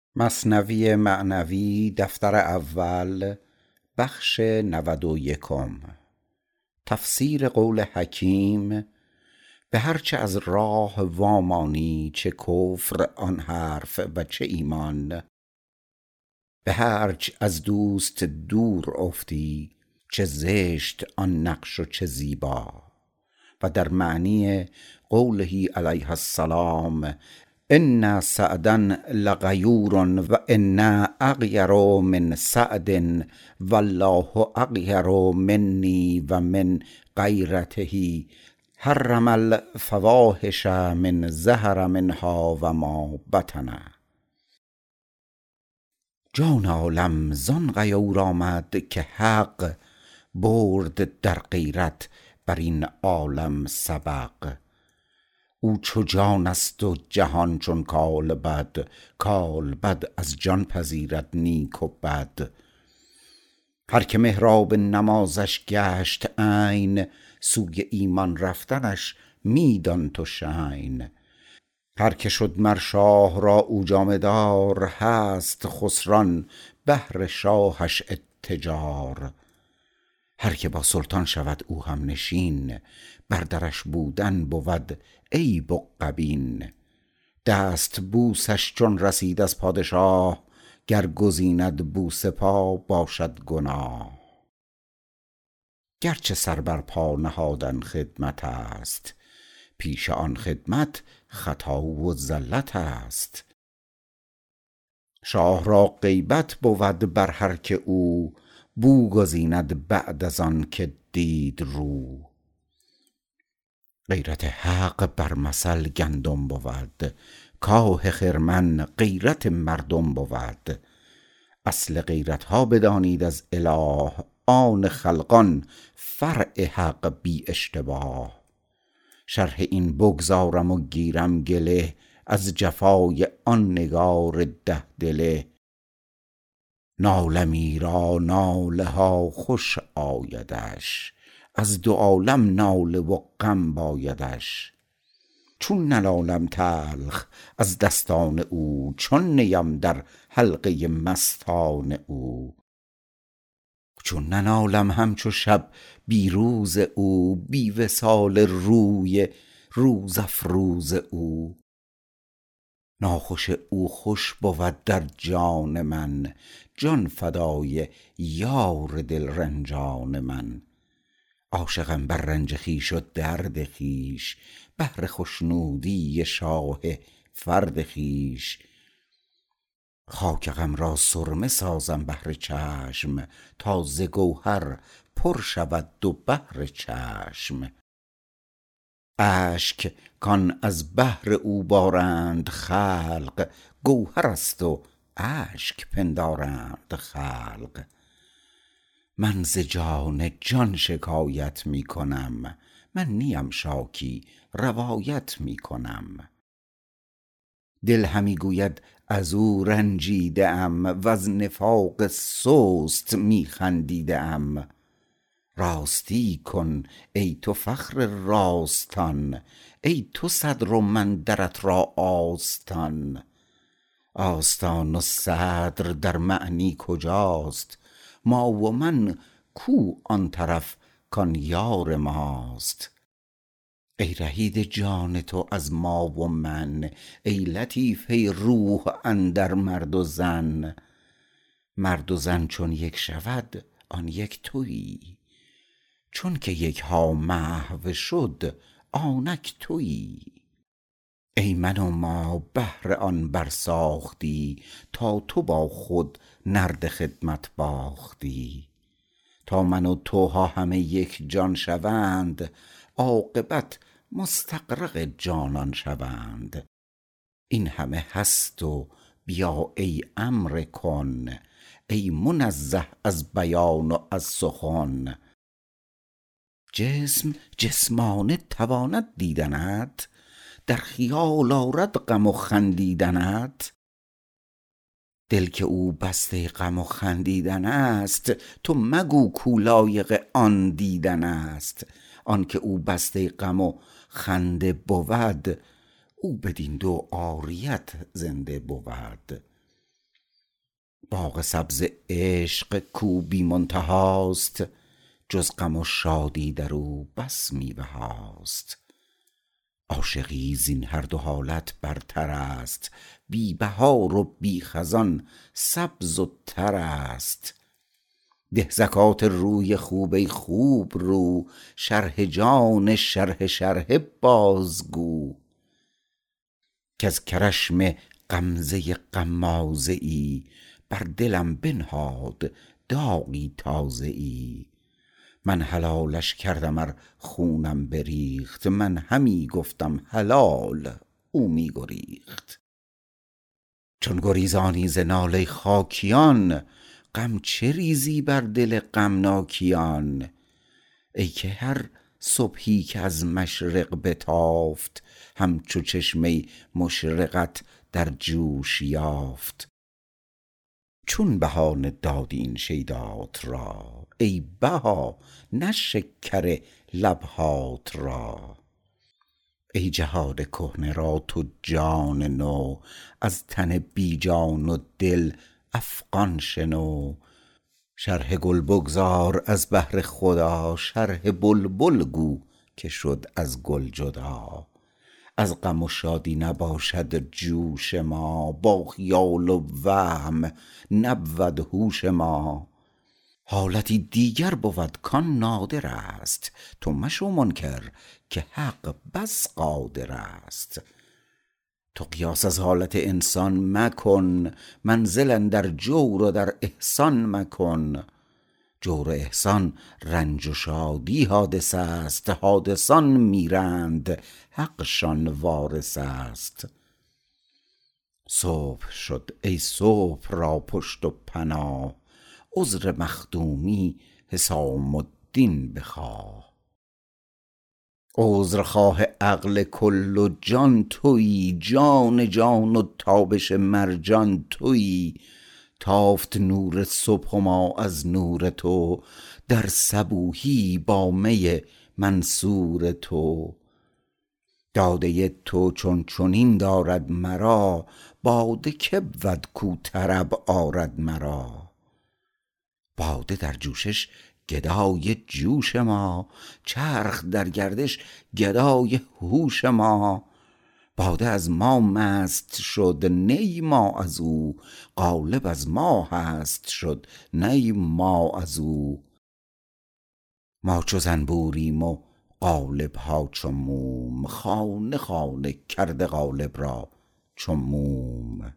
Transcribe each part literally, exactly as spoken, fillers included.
مثنوی معنوی دفتر اول بخش نود و یکم. تفسیر قول حکیم: به هرچه از راه وامانی، چه کفر آن حرف و چه ایمان. به هرچ از دوست دور افتی، چه زشت آن نقش و چه زیبا. و در معنی قوله علیه السلام: ان سعدا لغیور و انا اغیر من سعد والله اغیر منی و من غیرته، حرم الفواحش من ظهر منها و ما بطن. جان عالم زان غیور آمد که حق برد در غیرت بر این عالم سبق. او چو جان است و جهان چون کالبد، کالبد از جان پذیرد نیک و بد. هر که محراب نمازش گشت عین، سوی ایمان رفتنش می دان تو شین. هر که شد مر شاه را او جامه دار، هست خسران بهر شاهش اتجار. هر که با سلطان شود او هم نشین، بر درش بودن بود عیب و غبین. دست بوسش چون رسید از پادشاه، گر گزیند بوسه پا باشد گناه. گرچه سر بر پا نهادن خدمت است، پیش آن خدمت خطا و زلت است. شاه را غیبت بود بر هر که او، بو گزیند بعد از آن که دید رو. غیرت حق بر مثل گندم بود، کاه خرمن غیرت مردم بود. اصل غیرت ها بدانید از اله، آن خلقان فرع حق بی اشتباه. شرح این بگذارم و گیرم گله، از جفای آن نگار ده دله. نالمی را ناله ها خوش آیدش، از دو عالم ناله و غم بایدش. چون ننالم تلخ از دستان او، چون نیم در حلقه مستان او. چون ننالم همچو شب بی روز او، بی وصال روی روز افروز او. ناخوش او خوش بود در جان من، جان فدای یار دل رنجان من. عاشقم بر رنج خویش و درد خویش، بهر خشنودی شاه فرد خویش. خاک غم را سرمه سازم بهر چشم، تا ز گوهر پر شود دو بحر چشم. اشک کان از بحر او بارند خلق، گوهر است و اشک پندارند خلق. من ز جان جان شکایت می کنم، من نیم شاکی روایت می کنم. دل همی گوید از او رنجیده ام، وز نفاق سست می خندیده ام. راستی کن ای تو فخر راستان، ای تو صدر و من درت را آستان. آستان و صدر در معنی کجاست، ما و من کو آن طرف کان یار ماست. ای رهیده جان تو از ما و من، ای لطیفه روح اندر مرد و زن. مرد و زن چون یک شود آن یک تویی، چون که یک ها محو شد آنک تویی. ای من و ما بهر آن برساختی، تا تو با خود نرد خدمت باختی. تا من و توها همه یک جان شوند، عاقبت مستغرق جانان شوند. این همه هست و بیا ای امر کن، ای منزه از بیان و از سخن. جسم جسمانه تواند دیدنت، در خیال آرد غم و خندیدنت. دل که او بسته غم و خندیدن است، تو مگو کو لایق آن دیدن است. آن که او بسته غم و خنده بود، او بدین دو عاریت زنده بود. باغ سبز عشق کو بی منتهاست، جز غم و شادی در او بس میوه هاست. عاشقی زین هر دو حالت برتر است، بی بهار و بی خزان سبز و تر است. ده زکات روی خوب ای خوب رو، شرح جان شرحه شرحه بازگو. کز کرشم غمزه غمازه ای، بر دلم بنهاد داغی تازه ای. من حلالش کردم ار خونم بریخت، من همی گفتم حلال او می گریخت. چون گریزانی ز ناله خاکیان، غم چه ریزی بر دل غمناکیان. ای که هر صبحی که از مشرق بتافت، همچو چشمه مشرقت در جوش یافت. چون بهانه دادی این شیدات را، ای بها نه شکر لبهات را. ای جهان کهنه را تو جان نو، از تن بی جان و دل افغان شنو. شرح گل بگذار از بهر خدا، شرح بلبل گو که شد از گل جدا. از غم و شادی نباشد جوش ما، با خیال و وهم نبود هوش ما. حالتی دیگر بود کان نادر است، تو مشو منکر که حق بس قادر است. تو قیاس از حالت انسان مکن، منزل اندر جور و در احسان مکن. جور و احسان رنج و شادی حادث است، حادثان میرند حقشان وارث است. صبح شد ای صبح را پشت و پناه، عذر مخدومی حسام الدین بخواه. عذرخواه عقل کل و جان تویی، جان جان و تابش مرجان تویی. تافت نور صبح و ما از نور تو، در صبوحی با می منصور تو. داده تو چون چنین دارد مرا، باده که بود کو طرب آرد مرا. باده در جوشش گدای جوش ما، چرخ در گردش گدای هوش ما. باده از ما مست شد نی ما از او، غالب از ما هست شد نی ما از او. ما چو زنبوریم و غالب ها چو موم، خانه خانه کرده غالب را چو موم.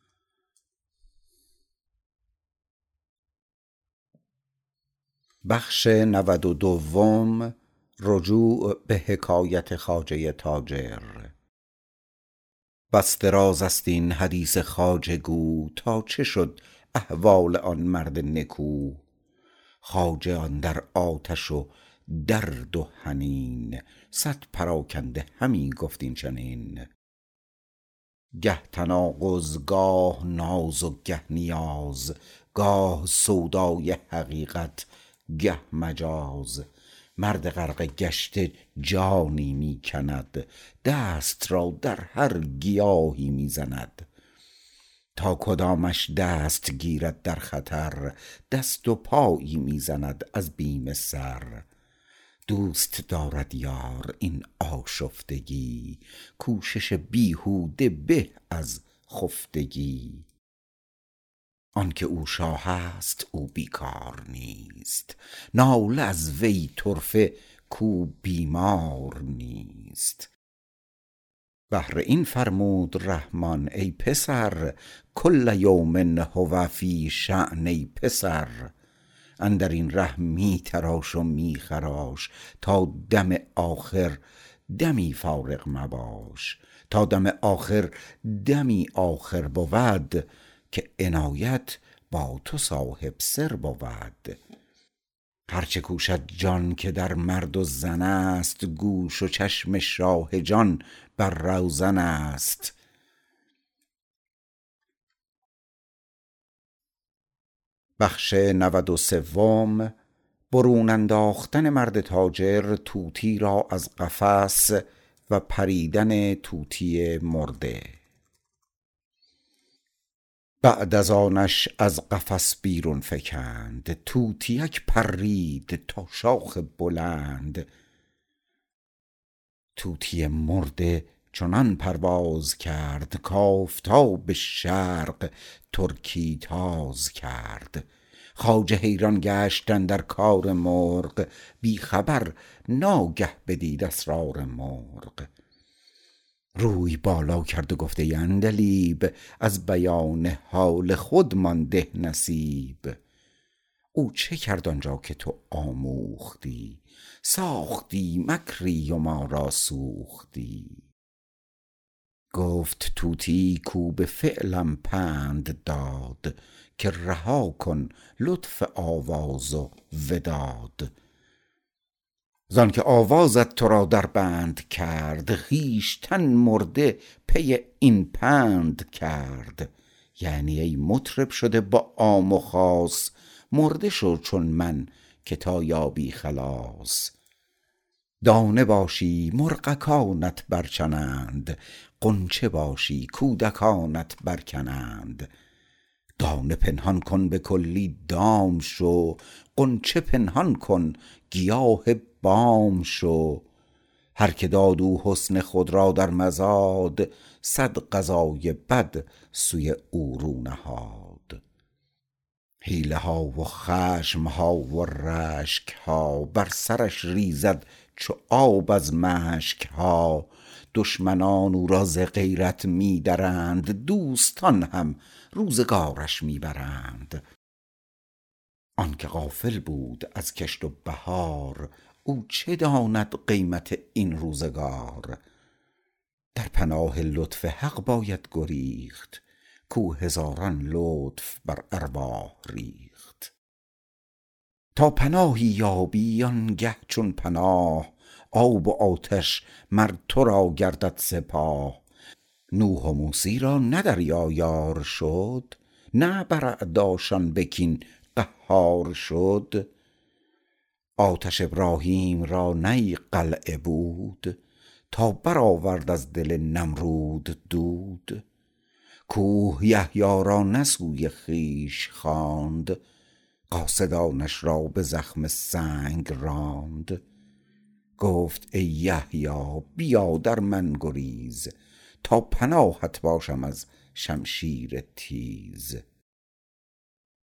بخش نود و دوم. رجوع به حکایت خواجه تاجر. بس دراز است این حدیث خواجه گو، تا چه شد احوال آن مرد نکو. خواجه اندر آتش و درد و حنین، صد پراکنده همی گفت این چنین. گه تناقض گاه ناز و گه نیاز، گاه سودای حقیقت گه مجاز. مرد غرقه گشته جانی می کند، دست را در هر گیاهی می زند. تا کدامش دست گیرد در خطر، دست و پایی می زند از بیم سر. دوست دارد یار این آشفتگی، کوشش بیهوده به از خفتگی. آنکه او شاه است او بیکار نیست، ناله از وی طرفه کو بیمار نیست. بهر این فرمود رحمان ای پسر، کل یوم هو فی شأن ای پسر. اندر این ره می تراش و می خراش، تا دم آخر دمی فارغ مباش. تا دم آخر دمی آخر بود، که عنایت با تو صاحب سر بود. هرچه کوشد جان که در مرد و زن است، گوش و چشم شاه جان بر روزن است. بخش نود و سوم. برون انداختن مرد تاجر طوطی را از قفس و پریدن طوطی مرده. بعد از آنش از قفس بیرون فکند، طوطیک پرید تا شاخ بلند. طوطی مرده چنان پرواز کرد، کآفتاب شرق ترکی تاز کرد. خواجه حیران گشت اندر کار مرغ، بی خبر ناگه بدید اسرار مرغ. روی بالا کرد و گفت ای عندلیب، از بیان حال خود مان ده نصیب. او چه کرد آنجا که تو آموختی، ساختی مکری و ما را سوختی. گفت طوطی کو به فعلم پند داد، که رها کن لطف آواز و وداد. زان که آوازت تو را در بند کرد، خویشتن مرده پی این پند کرد. یعنی ای مطرب شده با عام و خاص، مرده شو چون من که تا یابی خلاص. دانه باشی مرغکانت برچنند، غنچه باشی کودکانت برکنند. دانه پنهان کن به کلی دام شو، غنچه پنهان کن گیاه بام شو. هر که داد او حسن خود را در مزاد، صد قضای بد سوی او رو نهاد. حیله ها و خشم ها و رشک ها، بر سرش ریزد چو آب از مشک ها. دشمنان او را ز غیرت می درند، دوستان هم روزگارش می برند. آن که غافل بود از کشت و بهار، او چه داند قیمت این روزگار. در پناه لطف حق باید گریخت، کو هزاران لطف بر ارواح ریخت. تا پناهی یابی آنگه چون پناه، آب و آتش مر تو را گردد سپاه. نوح و موسی را نه دریا یار شد، نه بر اعداشان به کین قهار شد. آتش ابراهیم را نی قلعه بود، تا برآورد از دل نمرود دود. کوه یحیی را نه سوی خویش خواند، قاصدانش را به زخم سنگ راند. گفت ای یحیی بیا در من گریز، تا پناهت باشم از شمشیر تیز.